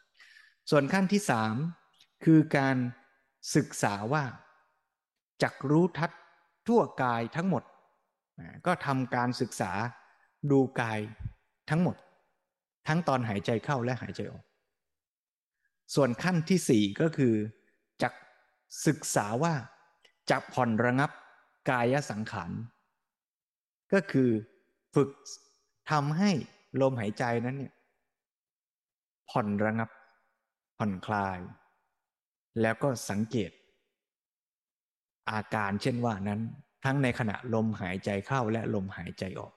2ส่วนขั้นที่3คือการศึกษาว่าจักรู้ทัศน์ทั่วกายทั้งหมดก็ทำการศึกษาดูกายทั้งหมดทั้งตอนหายใจเข้าและหายใจออกส่วนขั้นที่4ก็คือจักศึกษาว่าจะผ่อนระงับกายสังขารก็คือฝึกทำให้ลมหายใจนั้นเนี่ยผ่อนระงับผ่อนคลายแล้วก็สังเกตอาการเช่นว่านั้นทั้งในขณะลมหายใจเข้าและลมหายใจออก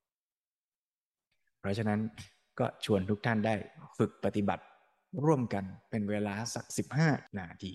เพราะฉะนั้นก็ชวนทุกท่านได้ฝึกปฏิบัติร่วมกันเป็นเวลาสัก15 นาที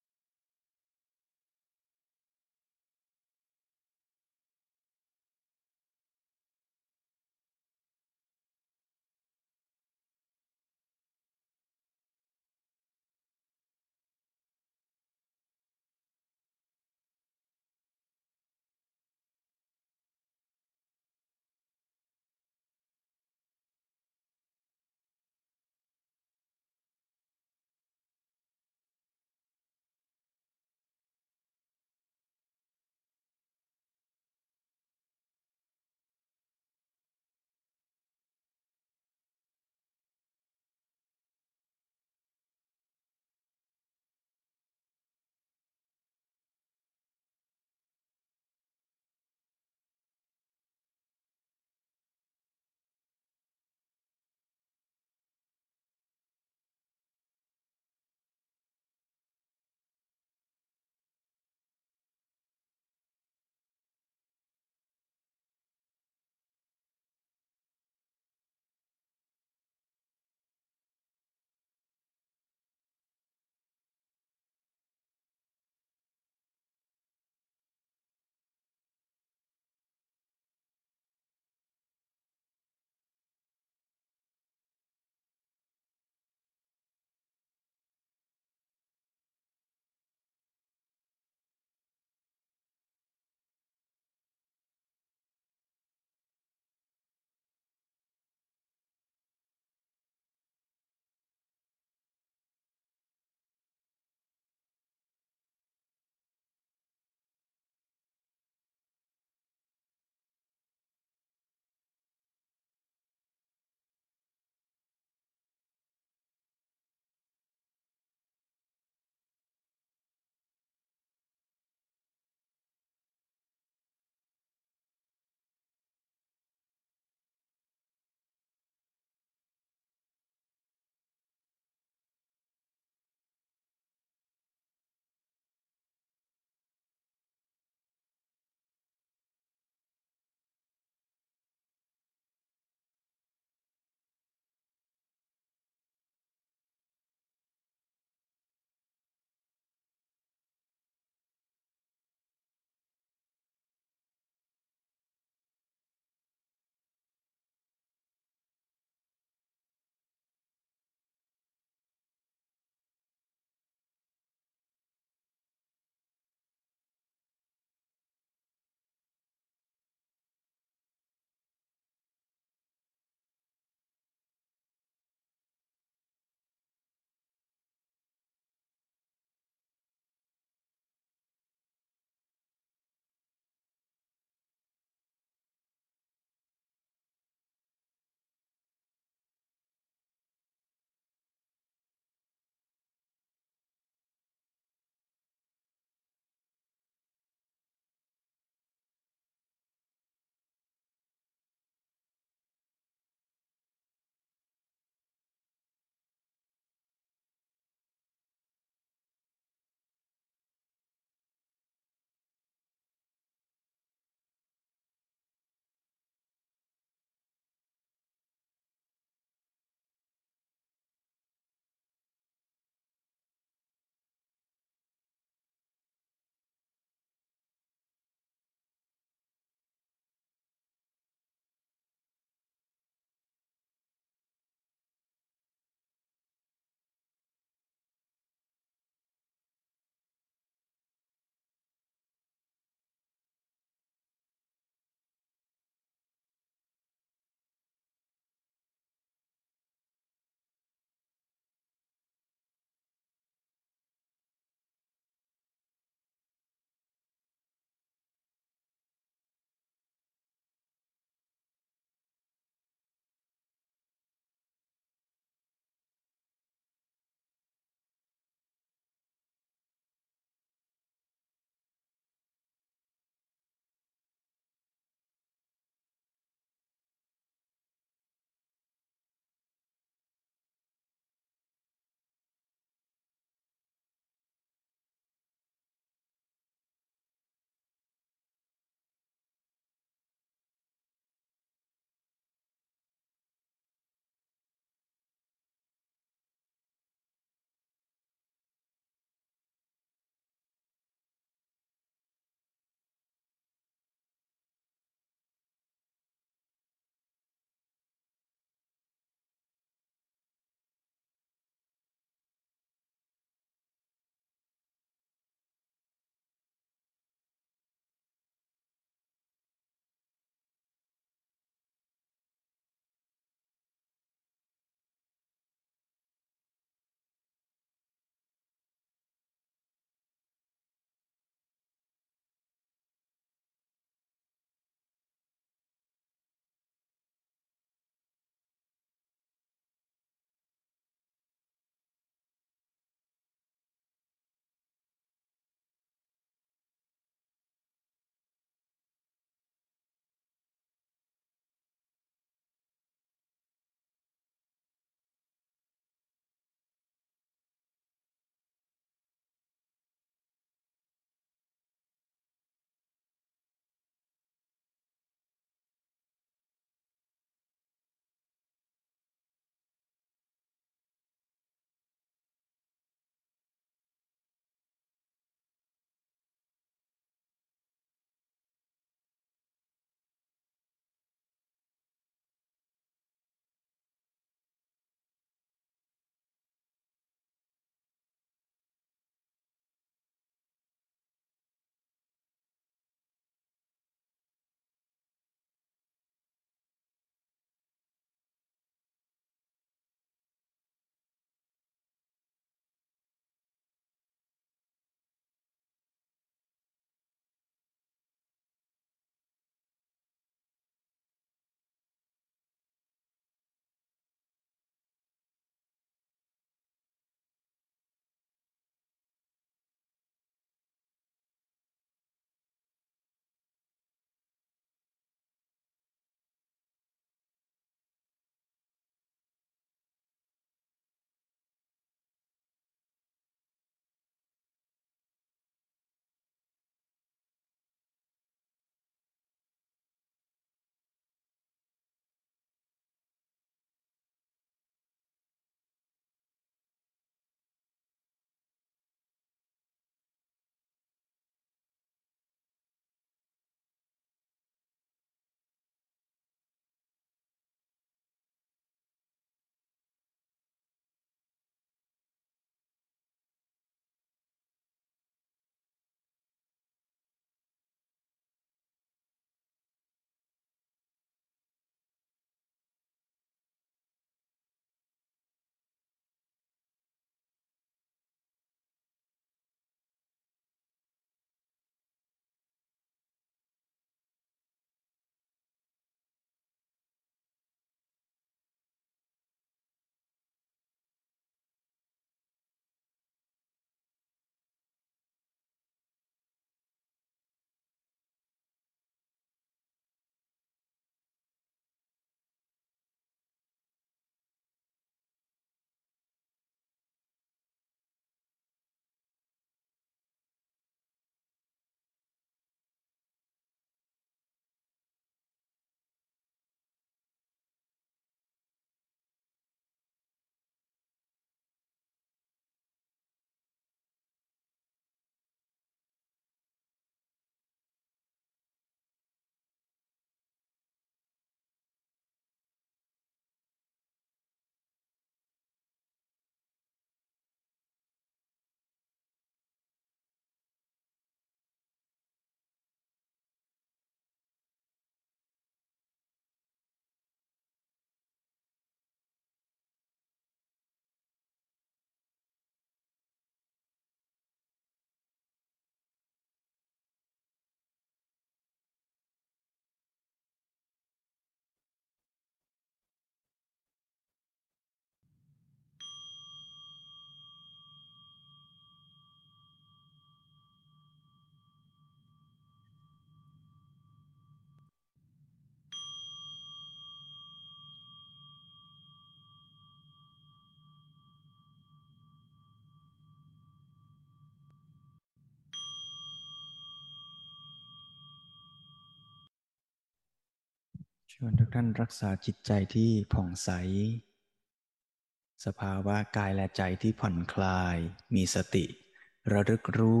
ชวนทุกท่านรักษาจิตใจที่ผ่องใสสภาวะกายและใจที่ผ่อนคลายมีสติระลึกรู้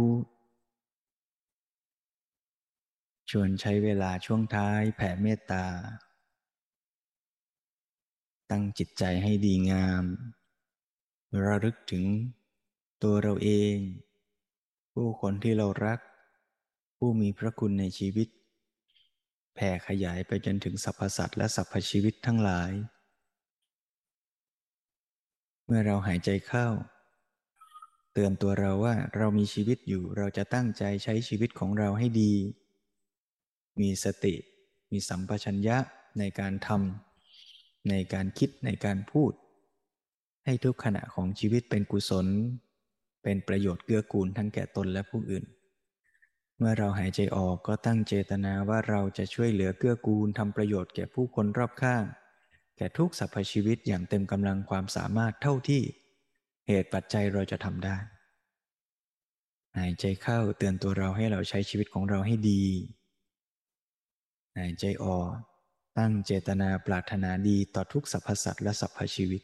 ชวนใช้เวลาช่วงท้ายแผ่เมตตาตั้งจิตใจให้ดีงามระลึกถึงตัวเราเองผู้คนที่เรารักผู้มีพระคุณในชีวิตแผ่ขยายไปจนถึงสรรพสัตว์และสรรพชีวิตทั้งหลายเมื่อเราหายใจเข้าเตือนตัวเราว่าเรามีชีวิตอยู่เราจะตั้งใจใช้ชีวิตของเราให้ดีมีสติมีสัมปชัญญะในการทำในการคิดในการพูดให้ทุกขณะของชีวิตเป็นกุศลเป็นประโยชน์เกื้อกูลทั้งแก่ตนและผู้อื่นเมื่อเราหายใจออกก็ตั้งเจตนาว่าเราจะช่วยเหลือเกื้อกูลทำประโยชน์แก่ผู้คนรอบข้างแก่ทุกสรรพชีวิตอย่างเต็มกำลังความสามารถเท่าที่เหตุปัจจัยเราจะทำได้หายใจเข้าเตือนตัวเราให้เราใช้ชีวิตของเราให้ดีหายใจออกตั้งเจตนาปรารถนาดีต่อทุกสรรพสัตว์และสรรพชีวิต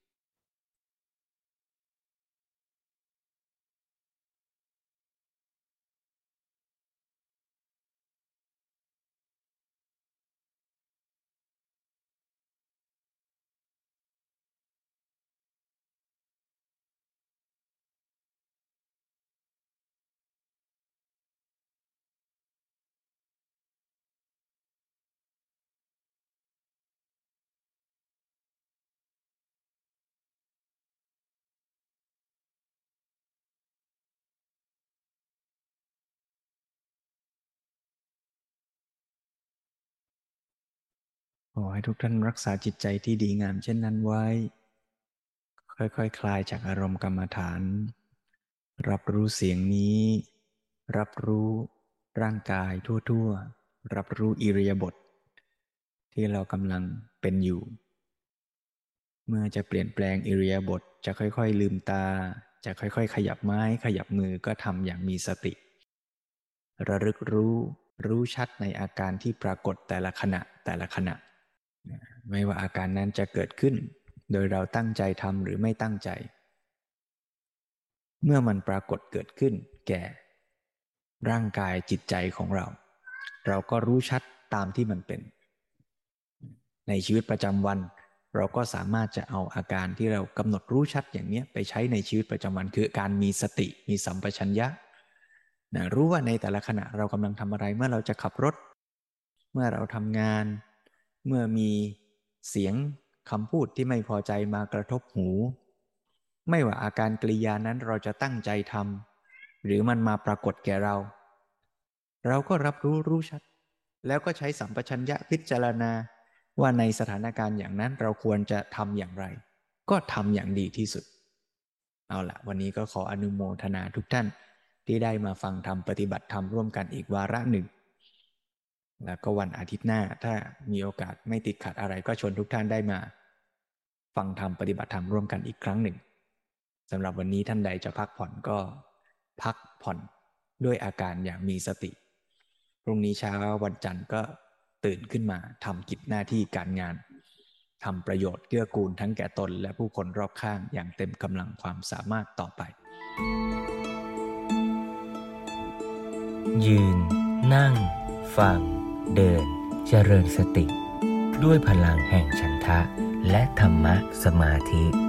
ขอให้ทุกท่านรักษาจิตใจที่ดีงามเช่นนั้นไว้ค่อยๆ คลายจากอารมณ์กรรมฐานรับรู้เสียงนี้รับรู้ร่างกายทั่วๆรับรู้อิริยาบถที่เรากำลังเป็นอยู่เมื่อจะเปลี่ยนแปลงอิริยาบถจะค่อยๆลืมตาจะค่อยๆขยับไม้ขยับมือก็ทำอย่างมีสติระลึกรู้ชัดในอาการที่ปรากฏแต่ละขณะไม่ว่าอาการนั้นจะเกิดขึ้นโดยเราตั้งใจทำหรือไม่ตั้งใจเมื่อมันปรากฏเกิดขึ้นแก่ร่างกายจิตใจของเราเราก็รู้ชัดตามที่มันเป็นในชีวิตประจำวันเราก็สามารถจะเอาอาการที่เรากำหนดรู้ชัดอย่างนี้ไปใช้ในชีวิตประจำวันคือการมีสติมีสัมปชัญญะรู้ว่าในแต่ละขณะเรากำลังทำอะไรเมื่อเราจะขับรถเมื่อเราทำงานเมื่อมีเสียงคำพูดที่ไม่พอใจมากระทบหูไม่ว่าอาการกริยานั้นเราจะตั้งใจทำหรือมันมาปรากฏแก่เราก็รับรู้ชัดแล้วก็ใช้สัมปชัญญะพิจารณาว่าในสถานการณ์อย่างนั้นเราควรจะทำอย่างไรก็ทำอย่างดีที่สุดเอาล่ะวันนี้ก็ขออนุโมทนาทุกท่านที่ได้มาฟังธรรมปฏิบัติธรรมร่วมกันอีกวาระหนึ่งแล้วก็วันอาทิตย์หน้าถ้ามีโอกาสไม่ติดขัดอะไรก็ชวนทุกท่านได้มาฟังธรรมปฏิบัติธรรมร่วมกันอีกครั้งหนึ่งสำหรับวันนี้ท่านใดจะพักผ่อนก็พักผ่อนด้วยอาการอย่างมีสติพรุ่งนี้เช้าวันจันทร์ก็ตื่นขึ้นมาทำกิจหน้าที่การงานทำประโยชน์เกื้อกูลทั้งแก่ตนและผู้คนรอบข้างอย่างเต็มกำลังความสามารถต่อไปยืนนั่งฟังเดินเจริญสติด้วยพลังแห่งฉันทะและธรรมะสมาธิ